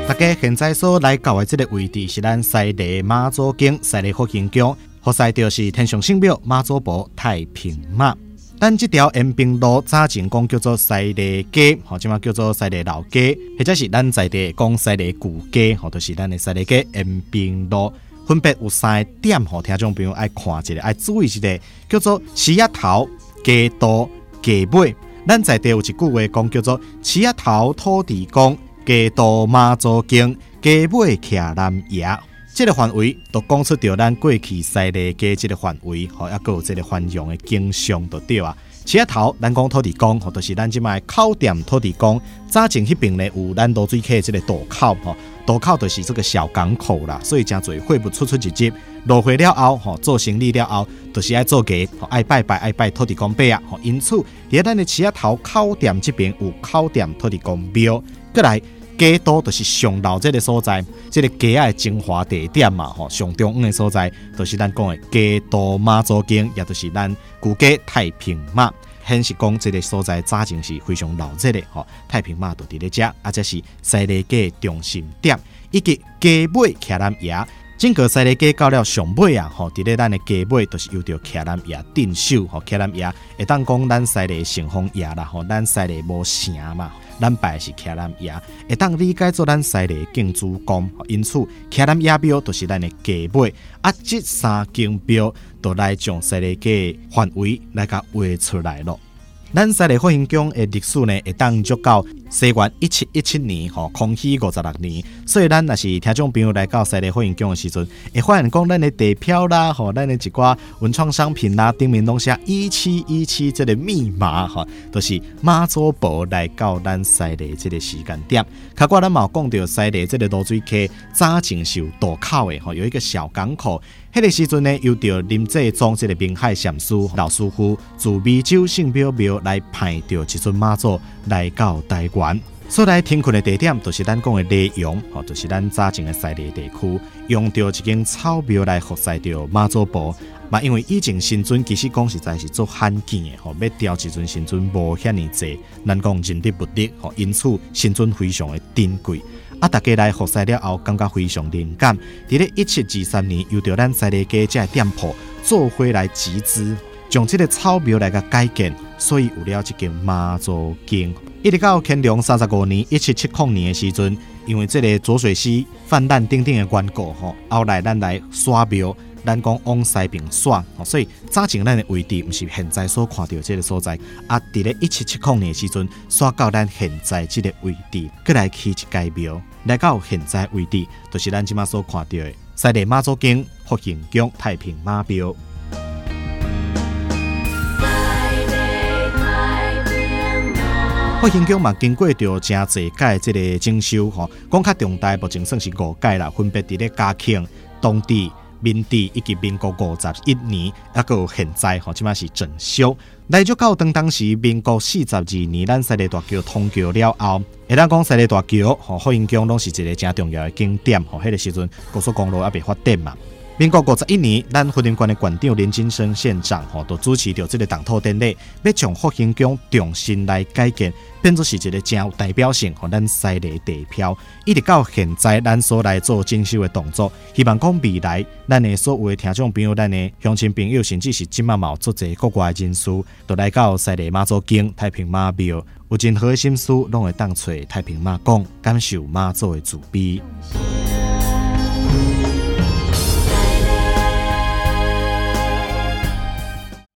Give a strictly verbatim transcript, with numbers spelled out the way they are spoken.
大家现在所来到的这个位置是咱西螺妈祖宫西螺福兴宫，所在就是天上圣庙妈祖婆太平妈。咱这条延平路早前讲叫做西螺街，吼，即马叫做西螺老街，或者是咱在地讲西螺旧街，吼，就是咱的西螺街延平路，分别有三个点，吼，听众朋友爱看一下，爱注意一下，叫做市仔头、街道、街尾。咱在地有一句话讲叫做市仔头土地公、街道妈祖宫、街尾徛南爷。这个范围都讲出着咱过去西螺街这个范围，吼，还有这个繁荣的景象就对啊。市仔头，咱讲土地公，吼，就是咱即卖口店土地公。早前迄边呢有咱罗水溪这个渡口，吼，渡口就是这个小港口啦，所以真侪货物出出入入。落会了后，吼，做生意了后，就是爱做价，吼，爱拜拜，爱拜土地公伯啊，吼，因此伫咱的市仔头口店这边有口店土地公庙，过来。街道就是上老这个所在，这个街的精华地点嘛，吼，上中央的所在，就是咱讲的街道妈祖宫，也就是咱旧街太平妈。显示讲这个所在早前是非常闹热的，吼，太平妈就伫咧遮，啊，这是西螺街中心点，以及街尾徛南爷。整个西螺街到了上尾啊，吼，伫咧咱的街尾就是由着徛南爷镇守，吼，徛南爷会当讲咱西螺城隍爷啦，吼，咱西螺无城嘛。咱拜是徛南爷，会当理解做咱西螺敬主公，因此徛南爷庙就是咱的街尾。啊，这三间庙都来将西螺街范围来甲画出来了。咱西螺福兴宫的历史呢，会当足到西元一七一七年，吼，康熙五十六年。所以咱若是听众朋友来到西螺福兴宫的时阵，会发现讲咱的地票啦，吼，咱的一寡文创商品啦，顶面拢写一七一七这个密码，吼，就是妈祖婆来到咱西螺这个时间点。较过咱嘛有讲到西螺这个罗水溪早前是有渡口的，吼，有一个小港口。迄个时阵呢，由着林济宗这个明海禅师老师傅自美洲圣庙庙来派着一尊妈祖来到台湾。所来停困的地点，就是咱讲的内容，吼，就是咱早前的西螺地区，用着一间草庙来服侍着妈祖婆。嘛，因为以前神尊其实讲实在是做罕见的，吼，要雕一尊神尊无遐尼济，咱讲人力物力，吼，因此神尊非常的珍贵。啊！大家来服侍了后，感觉非常灵感。伫咧一七二三年，由着咱西螺街这店铺做回来集资，将这个草庙来个改建，所以有了这间妈祖宫。一直到乾隆三十五年，一七七零年的时阵，因为这个浊水溪泛滥等等的缘故，吼，后来咱来刷庙。咱讲往西边耍，所以早前咱的位置不是现在所看到这个所在，啊，伫咧一七七零年的时阵，刷到咱现在这个位置，再来起一间庙，来到现在位置，就是咱即马所看到的西螺妈祖宫、福兴宫、太平妈庙。福兴宫嘛，经过着真侪届这个整修，吼，讲较重大目前算是五届啦，分别伫咧嘉庆、当地。民治以及民国五十一年，还有现在吼，即马是整修。来就到当当时民国四十二年，咱西螺大桥通桥了后，会当讲西螺大桥吼，福兴宫拢是一个真重要的景点吼。迄个时阵高速公路还未发展嘛。民国五十一年，咱福林县的县长林金生县长吼，都主持着这个动土典礼，要将福兴宫重新来改建，变作是一个真有代表性，和咱西螺地标，一直到现在，咱所来做整修的动作，希望讲未来，咱的所有的听众朋友、咱的乡亲朋友，甚至是即马嘛有做者国外的人士，都来到西螺妈祖宫、太平妈庙，有任何的心思，拢会当找太平妈讲，感受妈祖的慈悲。